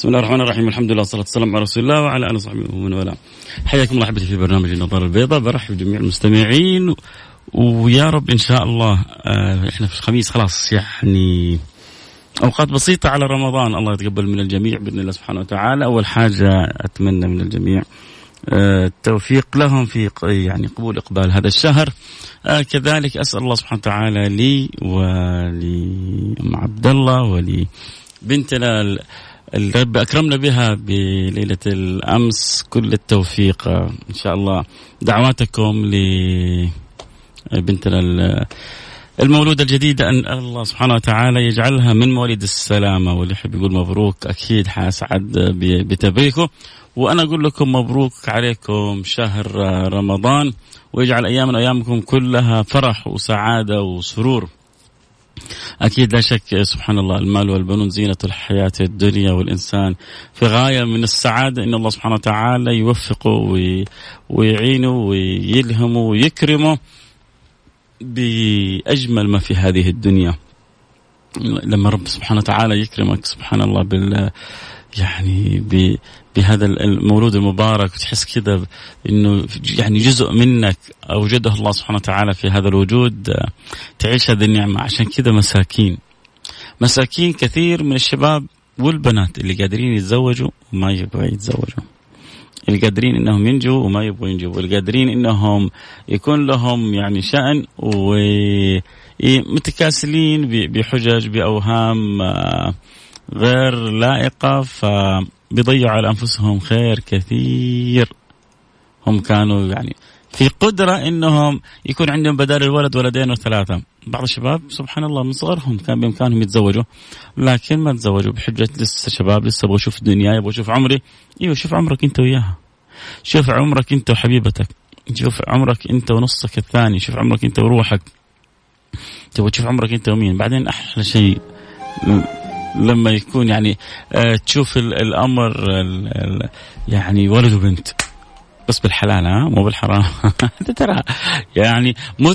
بسم الله الرحمن الرحيم. الحمد لله والصلاة والسلام على رسول الله وعلى آله وصحبه ومن والاه. حياكم الله أحبتي في برنامج النظارة البيضاء. برحب بجميع المستمعين ويا رب إن شاء الله إحنا في الخميس خلاص، يعني أوقات بسيطة على رمضان. الله يتقبل من الجميع بإذن الله سبحانه وتعالى. أول حاجة أتمنى من الجميع التوفيق لهم في يعني قبول إقبال هذا الشهر. كذلك أسأل الله سبحانه وتعالى لي ولأم عبد الله ولي بنتنا الرب أكرمنا بها بليلة الأمس كل التوفيق إن شاء الله. دعواتكم لبنتنا المولودة الجديدة أن الله سبحانه وتعالى يجعلها من مواليد السلامة، واللي يحب يقول مبروك أكيد حاسعد بتبريكه. وأنا أقول لكم مبروك عليكم شهر رمضان، ويجعل أيامنا أيامكم كلها فرح وسعادة وسرور. أكيد لا شك سبحان الله، المال والبنون زينة الحياة الدنيا، والإنسان في غاية من السعادة إن الله سبحانه وتعالى يوفقه ويعينه ويلهمه ويكرمه بأجمل ما في هذه الدنيا. لما رب سبحانه وتعالى يكرمك سبحان الله يعني بهذا المولود المبارك، وتحس كده إنه يعني جزء منك أوجده الله سبحانه وتعالى في هذا الوجود، تعيش هذه النعمة. عشان كده مساكين كثير من الشباب والبنات اللي قادرين يتزوجوا وما يبغوا يتزوجوا، اللي قادرين إنهم ينجوا وما يبغوا ينجوا، واللي قادرين إنهم يكون لهم يعني شأن ومتكاسلين بحجج بأوهام غير لائقة، فبيضيعوا على أنفسهم خير كثير. هم كانوا يعني في قدرة إنهم يكون عندهم بدال الولد ولدين وثلاثة. بعض الشباب سبحان الله من صغرهم كان بإمكانهم يتزوجوا، لكن ما تزوجوا بحجة لسه شباب، لسه أبغى أشوف الدنيا، أبغى أشوف عمري. إيوه، شوف عمرك أنت وياها، شوف عمرك أنت وحبيبتك، شوف عمرك أنت ونصك الثاني، شوف عمرك أنت وروحك، تبغى تشوف عمرك أنت ومين. بعدين أحلى شيء لما يكون يعني تشوف الأمر يعني ولد وبنت بس بالحلال، مو بالحرام. ترى يعني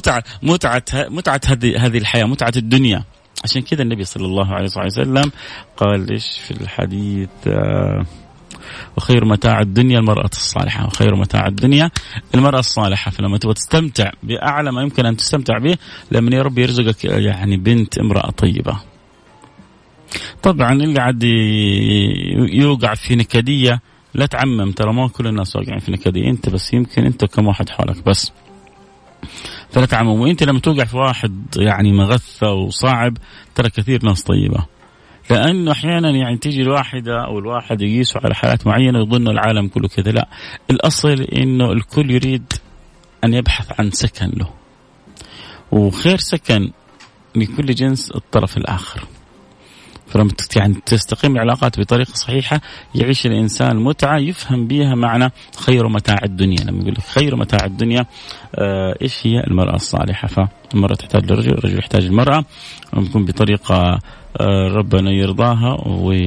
متعة هذه الحياة، متعة الدنيا. عشان كذا النبي صلى الله عليه وسلم قال إيش في الحديث؟ وخير متاع الدنيا المرأة الصالحة، وخير متاع الدنيا المرأة الصالحة. فلما تبغى تستمتع بأعلى ما يمكن أن تستمتع به، لما يا رب يرزقك يعني بنت امرأة طيبة. طبعا اللي عاد يوقع في نكدية لا تعمم، ترى ما كل الناس واقعين في نكدية، انت بس يمكن انت كم واحد حولك بس، فلا تعمم. وانت لما توقع في واحد يعني مغثى وصعب، ترى كثير ناس طيبة، لأنه أحيانا يعني تيجي الواحدة أو الواحد يقيسوا على حالات معينة ويظن العالم كله كذا. لا، الأصل إنه الكل يريد أن يبحث عن سكن له، وخير سكن لكل جنس الطرف الآخر. فلما يعني تستقيم العلاقات بطريقة صحيحة، يعيش الإنسان متعة يفهم بها معنى خير متاع الدنيا. لما يقول لك خير متاع الدنيا إيش هي؟ المرأة الصالحة. فالمرأة تحتاج للرجل، الرجل يحتاج المرأة، ويكون بطريقة ربنا يرضاها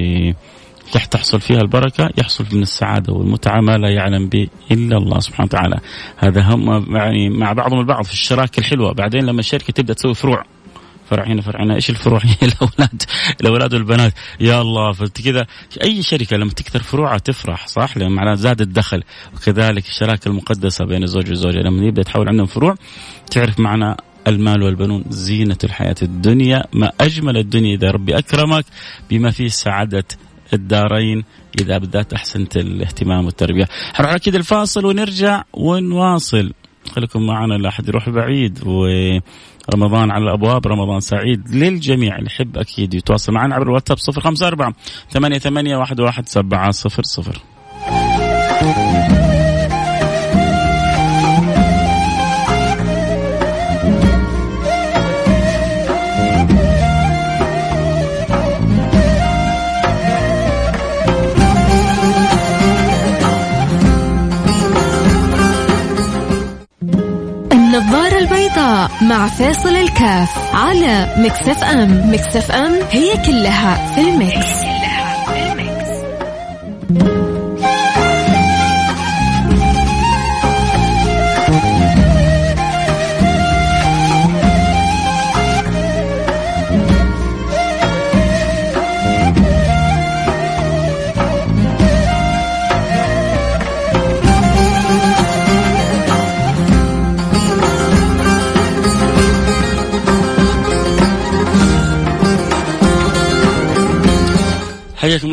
وتحصل فيها البركة، يحصل من السعادة والمتعة ما لا يعلم به إلا الله سبحانه وتعالى. هذا هم يعني مع بعضهم البعض في الشراكة الحلوة. بعدين لما الشركة تبدأ تسوي فروع، فرع هنا فرع هنا، ايش الفروع؟ هي الاولاد والبنات. يا الله، فانت كذا اي شركه لما تكثر فروعها تفرح، صح؟ لان معناها زاد الدخل. وكذلك الشراكه المقدسه بين الزوج والزوجه لما يبدا يتحول عندهم فروع، تعرف معنى المال والبنون زينه الحياه الدنيا. ما اجمل الدنيا اذا ربي اكرمك بما فيه سعاده الدارين، اذا بدات احسنت الاهتمام والتربيه. هنروح على كده الفاصل ونرجع ونواصل. خليكم معنا، لا أحد يروح بعيد. ورمضان على الأبواب، رمضان سعيد للجميع. اللي يحب أكيد يتواصل معنا عبر الواتساب 0548811700. النظارة البيضاء مع فاصل الكاف على ميكس اف ام. ميكس اف ام هي كلها في الميكس.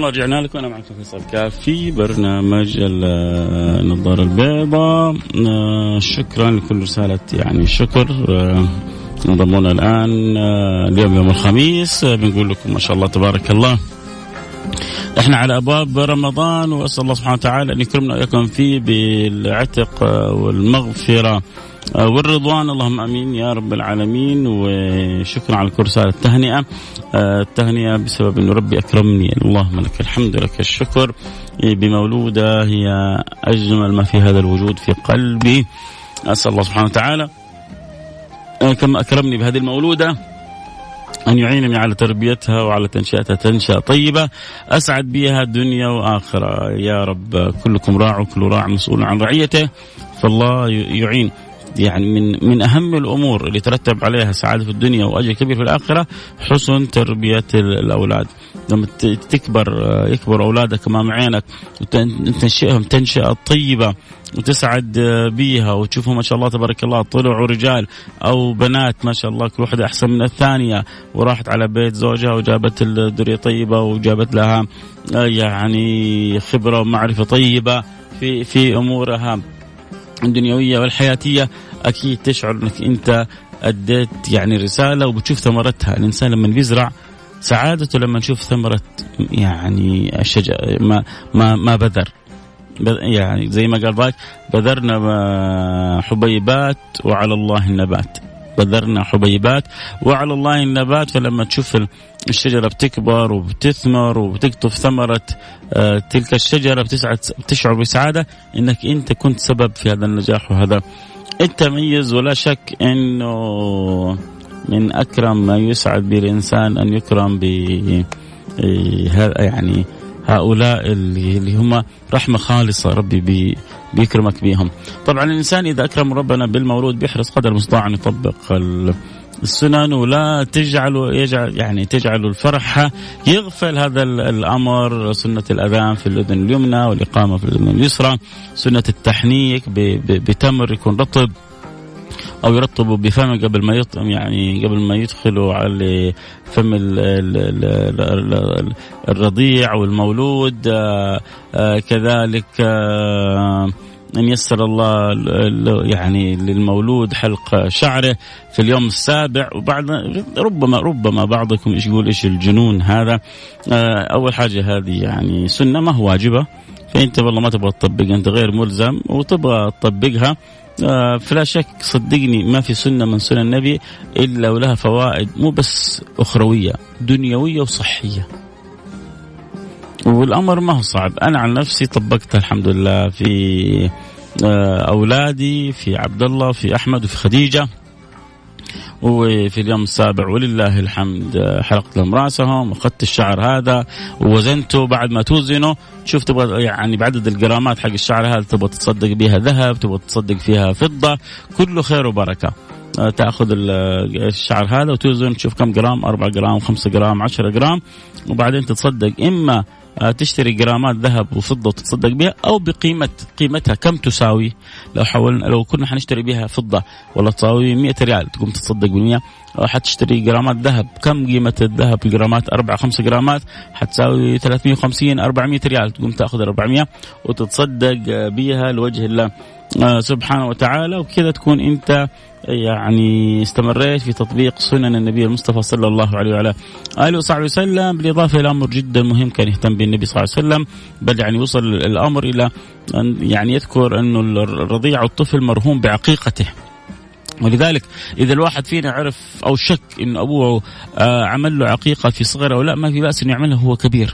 رجعنا لكم. أنا معكم فيصل كاف في برنامج النظارة البيضاء. شكرا لكل رسالة يعني شكر انضمونا الآن. اليوم يوم الخميس، بنقول لكم ما شاء الله تبارك الله احنا على أبواب رمضان، وأسأل الله سبحانه وتعالى أن يكرمنا وإياكم فيه بالعتق والمغفرة والرضوان، اللهم امين يا رب العالمين. وشكرا على كل رسالة التهنئة بسبب انه ربي اكرمني، اللهم لك الحمد لك الشكر بمولودة هي اجمل ما في هذا الوجود في قلبي. اسال الله سبحانه وتعالى كما اكرمني بهذه المولودة أن يعينني على تربيتها وعلى تنشئتها تنشئة طيبة أسعد بها دنيا وآخرة يا رب. كلكم راع وكل راع مسؤول عن رعيته، فالله يعين. يعني من أهم الأمور اللي ترتب عليها سعادة في الدنيا وأجر كبير في الآخرة حسن تربية الأولاد. لما يكبر أولادك أمام عينك وتنشئهم تنشئة طيبة وتسعد بيها وتشوفهم ما شاء الله تبارك الله طلعوا رجال أو بنات ما شاء الله كل واحدة أحسن من الثانية، وراحت على بيت زوجها وجابت الذرية طيبة وجابت لها يعني خبرة ومعرفة طيبة في أمورها الدنيوية والحياتية، أكيد تشعر أنك أنت أديت يعني رسالة وبتشوف ثمرتها. الإنسان لما بيزرع سعادته لما نشوف ثمرة يعني الشجر ما بذر، يعني زي ما قال باك بذرنا حبيبات وعلى الله النبات، بذرنا حبيبات وعلى الله النبات. فلما تشوف الشجرة بتكبر وبتثمر وبتقطف ثمرة تلك الشجرة بتشعر بسعادة انك انت كنت سبب في هذا النجاح وهذا التميز. ولا شك انه من اكرم ما يسعد به الانسان ان يكرم ب يعني هؤلاء اللي هم رحمة خالصة ربي بيكرمك بيهم. طبعا الإنسان إذا أكرم ربنا بالمولود بيحرص قدر المستطاع أن يطبق السنن ولا تجعل الفرحة يغفل هذا الأمر. سنة الأذان في الأذن اليمنى والإقامة في الأذن اليسرى، سنة التحنيك بتمر يكون رطب أو يرطبوا بفمه قبل ما يدخلوا على فم الرضيع والمولود. كذلك أن يسر الله يعني للمولود حلق شعره في اليوم السابع. وبعد ربما بعضكم يقول إيش الجنون هذا. أول حاجة هذه يعني سنة ما هو واجبة، فأنت والله ما تبغى تطبق، أنت غير ملزم وتبغى تطبقها فلا شك صدقني ما في سنة من سنن النبي إلا ولها فوائد مو بس أخروية دنيوية وصحية. والأمر ما هو صعب، أنا عن نفسي طبقتها الحمد لله في أولادي، في عبد الله، في أحمد، وفي خديجة. وفي اليوم السابع ولله الحمد حلقت لهم راسهم وأخذت الشعر هذا ووزنته. بعد ما توزنه شوف تبغى يعني بعدد الجرامات حق الشعر هذا تبغى تصدق بها ذهب، تبغى تصدق فيها فضة، كله خير وبركة. تأخذ الشعر هذا وتوزن تشوف كم جرام، 4 جرام، 5 جرام، 10 جرام، وبعدين تتصدق إما تشتري جرامات ذهب وفضة وتتصدق بها أو قيمتها كم تساوي. لو كنا حنشتري بها فضة ولا تساوي 100 ريال تقوم تتصدق ب100. حتشتري جرامات ذهب كم قيمة الذهب؟ جرامات 4-5 جرامات حتساوي 350-400 ريال تقوم تأخذ 400 وتتصدق بها لوجه الله سبحانه وتعالى. وكذا تكون أنت يعني استمريت في تطبيق سنن النبي المصطفى صلى الله عليه وعلى آله وصحبه وسلم. بالإضافة إلى أمر جدا مهم كان يهتم به النبي صلى الله عليه وسلم، بل يعني وصل الأمر إلى أن يعني يذكر أنه الرضيع الطفل مرهون بعقيقته. ولذلك إذا الواحد فينا عرف أو شك إن أبوه عمل له عقيقة في صغره أو لا، ما في بأس إنه يعملها هو كبير،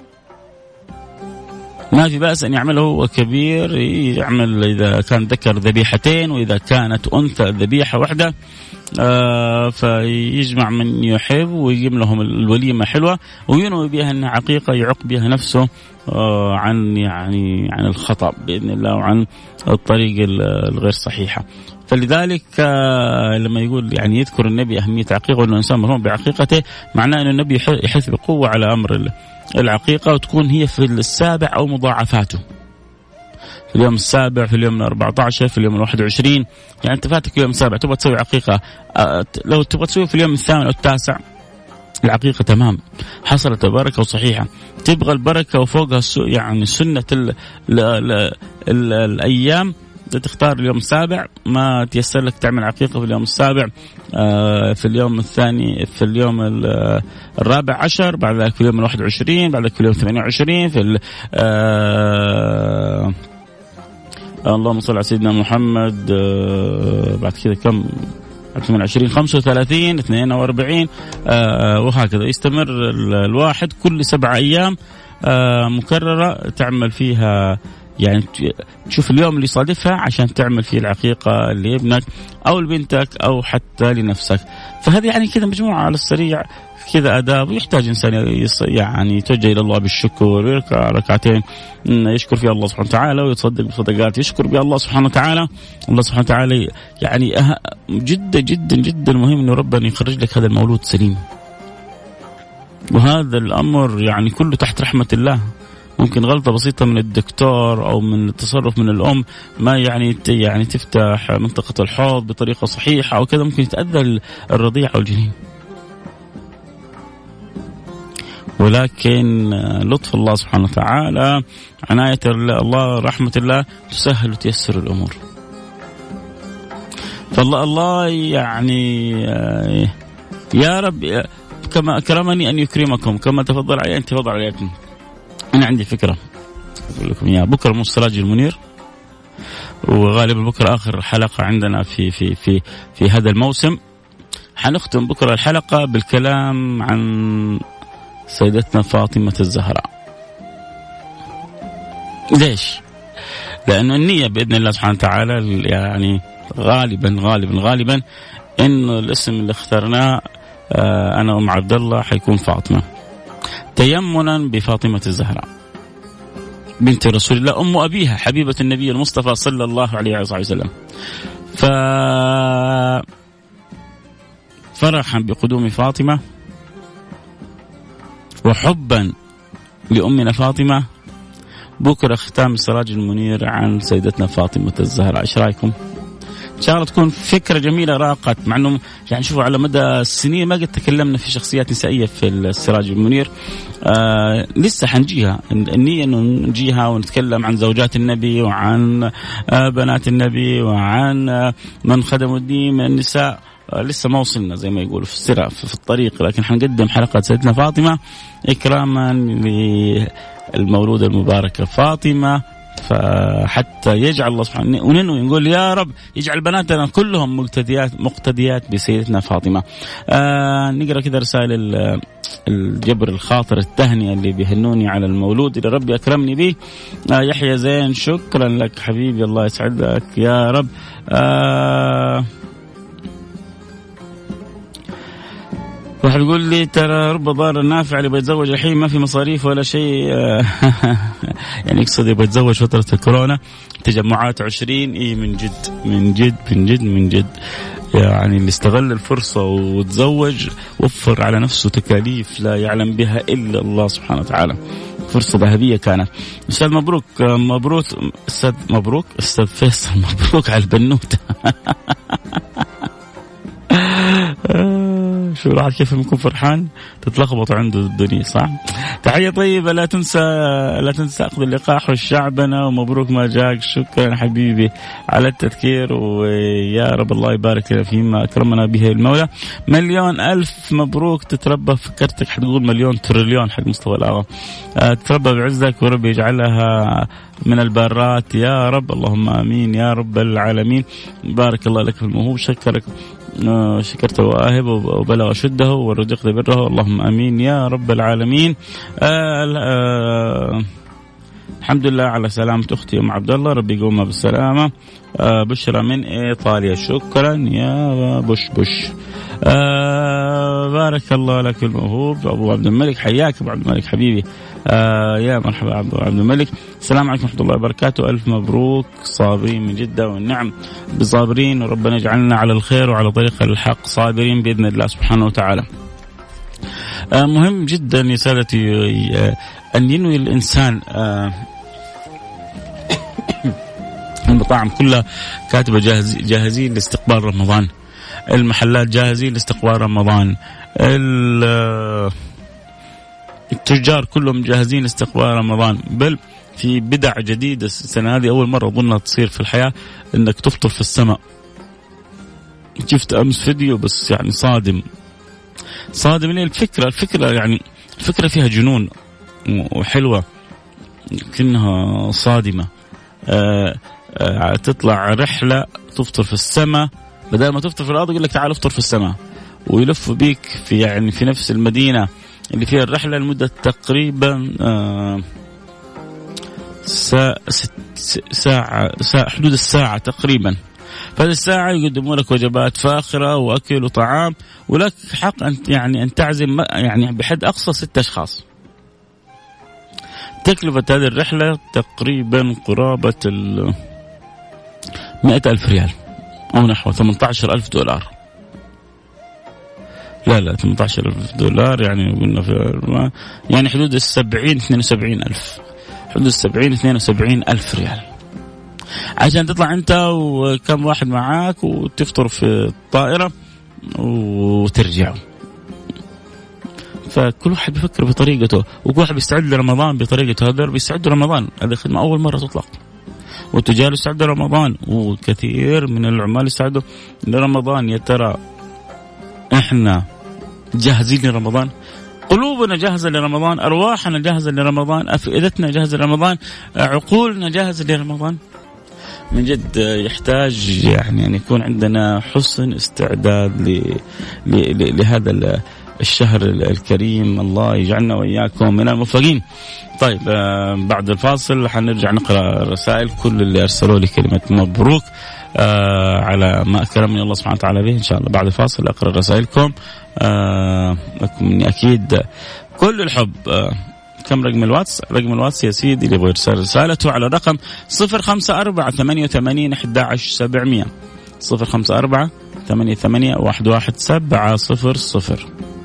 ما في بأس أن يعمله هو كبير. يعمل إذا كان ذكر ذبيحتين وإذا كانت أنثى ذبيحة واحدة، فيجمع من يحب ويجيب لهم الوليمة حلوة وينوي بها أنها عقيقة يعق بها نفسه عن الخطأ بإذن الله وعن الطريق الغير صحيحة. فلذلك لما يقول يعني يذكر النبي أهمية عقيقة وأنه الإنسان مرهون بعقيقته، معناه أن النبي يحث بقوة على أمر العقيقة، وتكون هي في السابع أو مضاعفاته، في اليوم السابع، في اليوم 14، في اليوم 21. يعني أنت فاتك اليوم السابع تبغى تسوي عقيقة، لو تبغى تسوي في اليوم 8 أو 9 العقيقة تمام، حصلت البركة وصحيحة. تبغى البركة وفوقها يعني سنة الأيام، تختار اليوم السابع، ما تيسر لك تعمل عقيقة في اليوم السابع، في اليوم الثاني، في اليوم الرابع عشر، بعد ذلك في اليوم 21، بعد ذلك في اليوم 28، في اللهم صل على سيدنا محمد، بعد كذا كم، 28 35 42، وهكذا يستمر الواحد كل 7 أيام مكررة تعمل فيها، يعني تشوف اليوم اللي يصادفها عشان تعمل فيه العقيقة لابنك أو لبنتك أو حتى لنفسك. فهذه يعني كذا مجموعة على السريع كذا آداب، ويحتاج إنسان يعني يتوجه إلى الله بالشكر، ويركع ركعتين يشكر فيها الله سبحانه وتعالى، ويتصدق بصدقات يشكر بها الله سبحانه وتعالى. الله سبحانه وتعالى يعني جدا جدا جدا مهم إنه ربنا يخرج لك هذا المولود سليم، وهذا الأمر يعني كله تحت رحمة الله. ممكن غلطة بسيطة من الدكتور أو من التصرف من الأم ما يعني تفتح منطقة الحوض بطريقة صحيحة أو كذا، ممكن يتأذى الرضيع أو الجنين. ولكن لطف الله سبحانه وتعالى، عناية الله، رحمة الله تسهل وتيسر الأمور. فالله يعني يا رب كما أكرمني أن يكرمكم، كما تفضل علي أن تفضل عليكم. أنا عندي فكرة أقول لكم إياها. بكرة مو السراج المنير، وغالبا بكرة آخر حلقة عندنا في هذا الموسم. حنختم بكرة الحلقة بالكلام عن سيدتنا فاطمة الزهراء. ليش؟ لأنه النية بإذن الله سبحانه وتعالى يعني غالبا إنه الاسم اللي اخترناه أنا وأم عبد الله حيكون فاطمة، تيمنا بفاطمة الزهراء بنت رسول الله، أم أبيها، حبيبة النبي المصطفى صلى الله عليه وسلم. فرحا بقدوم فاطمة وحبا لأمنا فاطمة، بكرة ختام السراج المنير عن سيدتنا فاطمة الزهراء. إيش رأيكم؟ إن شاء الله تكون فكرة جميلة راقت، مع أنه يعني شوفوا على مدى السنين ما قد تكلمنا في شخصيات نسائية في السراج المنير. لسه حنجيها، النية أنه نجيها ونتكلم عن زوجات النبي وعن بنات النبي وعن من خدموا الدين من النساء. لسه ما وصلنا زي ما يقولوا في السرعة في الطريق، لكن حنقدم حلقة سيدنا فاطمة إكراما للمولودة المباركة فاطمة، فحتى يجعل الله سبحانه وننوي نقول يا رب يجعل بناتنا كلهم مقتديات بسيدتنا فاطمة. نقرأ كذا رسائل الجبر الخاطر التهنئة اللي بيهنوني على المولود اللي ربي أكرمني به. يحيى زين شكرا لك حبيبي، الله يسعدك يا رب. واحد يقول لي ترى رب ضار النافع اللي بيتزوج الحين ما في مصاريف ولا شيء يعني يقصد يبغى يتزوج فترة الكورونا، تجمعات 20. إيه من جد يعني اللي استغل الفرصة وتزوج وفر على نفسه تكاليف لا يعلم بها إلا الله سبحانه وتعالى. فرصة ذهبية كانت. أستاذ مبروك أستاذ فيصل، مبروك على البنوتة. شو راح كيف يكون فرحان تتلخبط عنده الدنيا صح. تحية طيبة، لا تنسى أخذ اللقاح والشعبنا، ومبروك ما جاك. شكرا حبيبي على التذكير، ويا رب الله يبارك لنا فيما أكرمنا به المولى. مليون ألف مبروك، تتربى فكرتك حتقول مليون تريليون حق مصطفى الأعظم. تتربى بعزك ورب يجعلها من البارات يا رب، اللهم آمين يا رب العالمين. بارك الله لك في الموهوب، شكرت وآهب وبلغ شده ورزقت بره، اللهم آمين يا رب العالمين. الحمد لله على سلامة أختي أم عبد الله، ربي يقومها بالسلامة. بشرى من إيطاليا، شكرا يا بش. بارك الله لك في الموهوب. أبو عبد الملك، حياك أبو عبد الملك حبيبي. يا مرحبا أبو عبد الملك. السلام عليكم ورحمة الله وبركاته. ألف مبروك، صابرين من جدة، والنعم بصابرين، وربنا يجعلنا على الخير وعلى طريق الحق صابرين بإذن الله سبحانه وتعالى. مهم جدا يا سادتي أن ينوي الإنسان. المطاعم كلها كاتبة جاهزين لاستقبال رمضان. المحلات جاهزين لاستقبال رمضان، التجار كلهم جاهزين لاستقبال رمضان. بل في بدع جديدة السنة هذه أول مرة أظنها تصير في الحياة، إنك تفطر في السماء. شفت أمس فيديو بس يعني صادم ليه الفكرة يعني الفكرة فيها جنون وحلوة لكنها صادمة. تطلع رحلة تفطر في السماء، بدل ما تفطر في الأرض يقول لك تعال افطر في السماء، ويلف بيك في يعني في نفس المدينة اللي فيها الرحلة لمدة تقريبا ساعة حدود الساعة تقريبا. فهذه الساعة يقدموا لك وجبات فاخرة وأكل وطعام، ولك حق أن تعزم يعني بحد أقصى 6 أشخاص. تكلفة هذه الرحلة تقريبا قرابة 100,000 ريال أو نحو 18,000 دولار. لا 18,000 دولار يعني قلنا يعني حدود 72,000 حدود 72,000 ريال عشان تطلع أنت وكم واحد معاك وتفطر في الطائرة وترجع. فكل واحد بيفكر بطريقته، وكل واحد بيستعد لرمضان بطريقته. هذا بيستعد لرمضان، هذه خدمة أول مرة تطلق، والتجار يستعدوا لرمضان، وكثير من العمال يستعدوا لرمضان. يا ترى إحنا جاهزين لرمضان؟ قلوبنا جاهزة لرمضان، أرواحنا جاهزة لرمضان، أفئدتنا جاهزة لرمضان، عقولنا جاهزة لرمضان. من جد يحتاج يعني أن يكون عندنا حسن استعداد لهذا الشهر الكريم. الله يجعلنا وإياكم من الموفقين. طيب بعد الفاصل حنرجع نقرأ رسائل كل اللي أرسلوا لي كلمة مبروك على ما أكرمني الله سبحانه وتعالى به. إن شاء الله بعد الفاصل أقرأ رسائلكم لكم مني أكيد كل الحب. كم رقم الواتس؟ رقم الواتس يا سيدي اللي يبغى يرسل رسالته على رقم 054-88-11700 054-88-11700.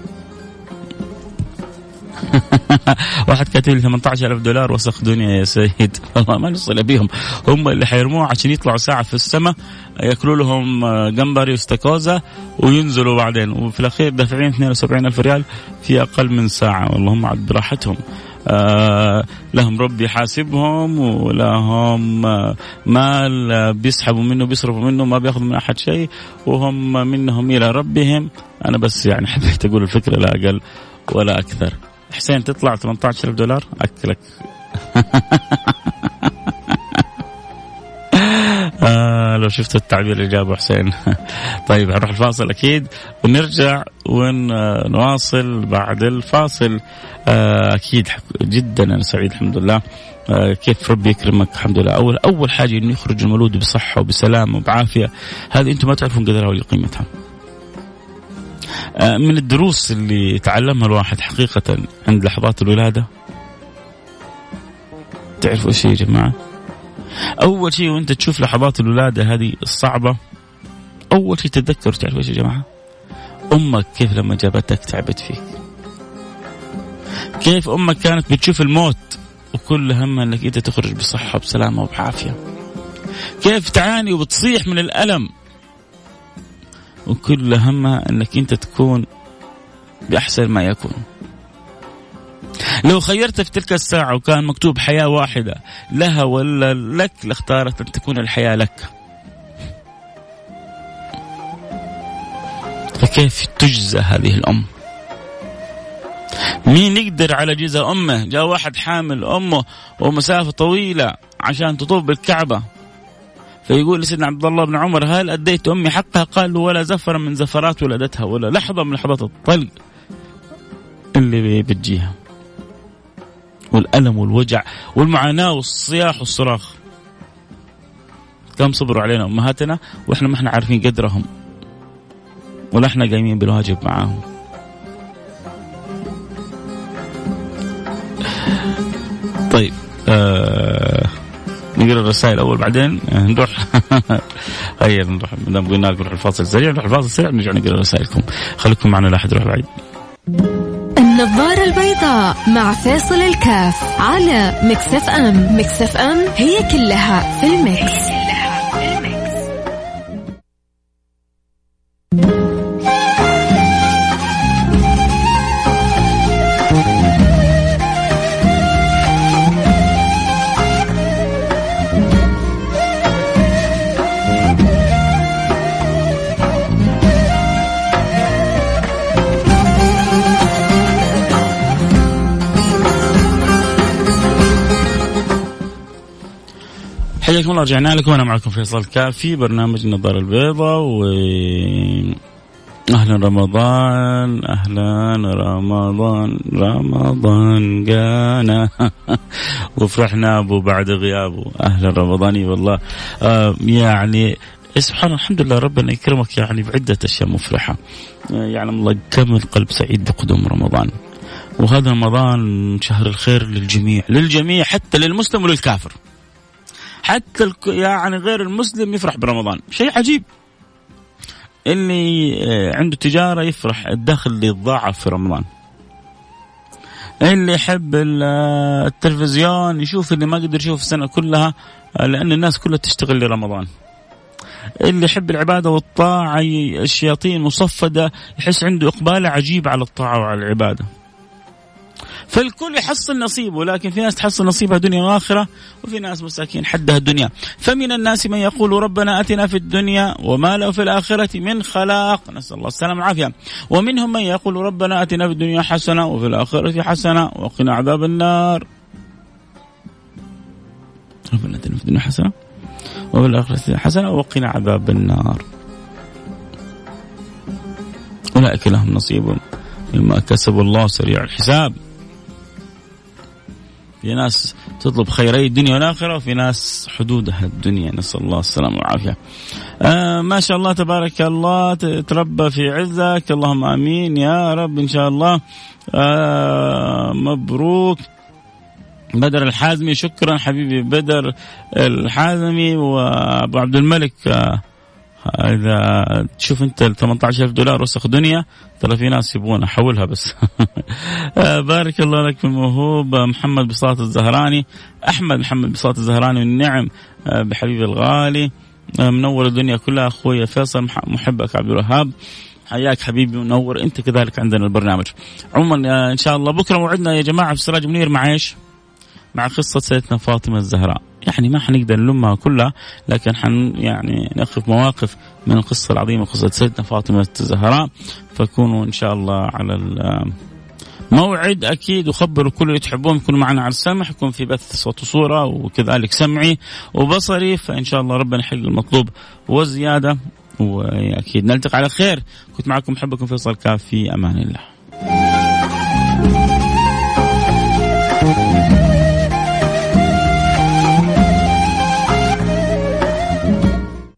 واحد كاتب لي 18,000 دولار وسخ دنيا يا سيد. والله ما نصل بيهم، هم اللي حيرموه عشان يطلعوا ساعة في السماء يأكلوا لهم جمبري واستاكوزا وينزلوا بعدين، وفي الأخير دافعين 72,000 ريال في أقل من ساعة. والله عاد براحتهم. لهم رب يحاسبهم، ولهم مال بيسحبوا منه بيصرفوا منه، ما بياخذوا من أحد شيء، وهم منهم إلى ربهم. أنا بس يعني حبيت أقول الفكرة لا أقل ولا أكثر. حسين تطلع 18,000 دولار أكلك. لو شفت التعبير اللي جابه حسين. طيب هنروح الفاصل أكيد ونرجع ونواصل بعد الفاصل. أكيد جدا أنا سعيد الحمد لله. كيف ربي يكرمك الحمد لله. أول حاجة إنه يخرج المولود بصحة وبسلام وبعافية، هذه أنتم ما تعرفون قدرها ولا قيمتها. من الدروس اللي تعلمها الواحد حقيقة عند لحظات الولادة، تعرفوا إيش يا جماعة؟ أول شيء وأنت تشوف لحظات الولادة هذه الصعبة، أول شيء تتذكر تعرفوا إيش يا جماعة؟ أمك كيف لما جابتك تعبت فيك، كيف أمك كانت بتشوف الموت وكل همها أنك أنت تخرج بصحة وبسلامة وبعافية، كيف تعاني وبتصيح من الألم وكل همها أنك أنت تكون بأحسن ما يكون. لو خيرت في تلك الساعة وكان مكتوب حياة واحدة لها ولا لك، لاختارت أن تكون الحياة لك. فكيف تجزى هذه الأم؟ مين يقدر على جزاء أمه؟ جاء واحد حامل أمه ومسافة طويلة عشان تطوف بالكعبة، فيقول لسيدنا عبد الله بن عمر: هل أديت أمي حقها؟ قال: ولا زفرة من زفرات ولدتها، ولا لحظة من لحظات الطلق اللي بتجيها، والألم والوجع والمعاناة والصياح والصراخ. كم صبروا علينا أمهاتنا وإحنا ما إحنا عارفين قدرهم، ولا إحنا قايمين بالواجب معاهم. طيب نقرأ الرسائل أول بعدين نروح. هيا نروح، مدام قلنا نروح الفاصل سريع، نروح الفاصل سريع نرجع نقرأ رسائلكم. خليكم معنا لا أحد يروح بعيد. النظارة البيضاء مع فاصل الكاف على ميكس اف ام. ميكس اف ام هي كلها في الميكس. حياكم الله، رجعنا لكم وانا معكم فيصل الكاف في برنامج النظارة البيضاء. و أهلا رمضان، أهلا رمضان، رمضان جانا وفرحنا أبو بعد غيابه. أهلا رمضاني والله. يعني سبحان الله، الحمد لله ربنا يكرمك يعني بعدة أشياء مفرحة. يعني الله كم القلب سعيد بقدوم رمضان، وهذا رمضان شهر الخير للجميع، للجميع حتى للمسلم وللكافر، حتى يعني غير المسلم يفرح برمضان. شيء عجيب، اللي عنده تجارة يفرح الدخل اللي يتضاعف في رمضان، اللي يحب التلفزيون يشوف اللي ما قدر يشوف السنة كلها لأن الناس كلها تشتغل لرمضان، اللي يحب العبادة والطاعة الشياطين مصفدة يحس عنده إقبال عجيب على الطاعة وعلى العبادة. فالكل يحصل نصيبه، لكن في ناس تحصل نصيبها دنيا وآخرة، وفي ناس مساكين حدها الدنيا. فمن الناس من يقول ربنا أتنا في الدنيا وما له في الآخرة من خلاق، نسأل الله السلامة والعافية. ومنهم من يقول ربنا أتنا في الدنيا حسنة وفي الآخرة حسنة وقنا عذاب النار. ربنا أتنا في الدنيا حسنة وفي الآخرة حسنة وقنا عذاب النار. أولئك لهم نصيب مما كسبوا الله سريع الحساب. في ناس تطلب خيري الدنيا والآخرة، وفي ناس حدودها الدنيا، نسأل الله السلامة والعافية. ما شاء الله تبارك الله، تربى في عزك، اللهم آمين يا رب إن شاء الله. مبروك بدر الحازمي، شكرا حبيبي بدر الحازمي. وأبو عبد الملك، إذا تشوف أنت $18,000 وسخ دنيا، ترى في ناس يبغون أحولها بس. بارك الله لك في الموهوب. محمد بساط الزهراني، أحمد محمد بساط الزهراني، والنعم بحبيبي الغالي، منور الدنيا كلها. أخوي فيصل محبك عبد الوهاب، حياك حبيبي منور أنت كذلك عندنا البرنامج. عموما إن شاء الله بكرة موعدنا يا جماعة في سراج منير مع إيش؟ مع قصة سيدتنا فاطمة الزهراء. يعني ما حنقدر نلمها كلها، لكن يعني نقف مواقف من القصة العظيمة، قصة سيدتنا فاطمة الزهراء. فكونوا إن شاء الله على الموعد أكيد، وخبروا كل اللي تحبون يكونوا معنا على السمع، يكون في بث صوت وصورة وكذلك سمعي وبصري. فإن شاء الله ربنا يحل المطلوب وزيادة، وأكيد نلتقي على خير. كنت معكم محبكم فيصل كاف، في أمان الله.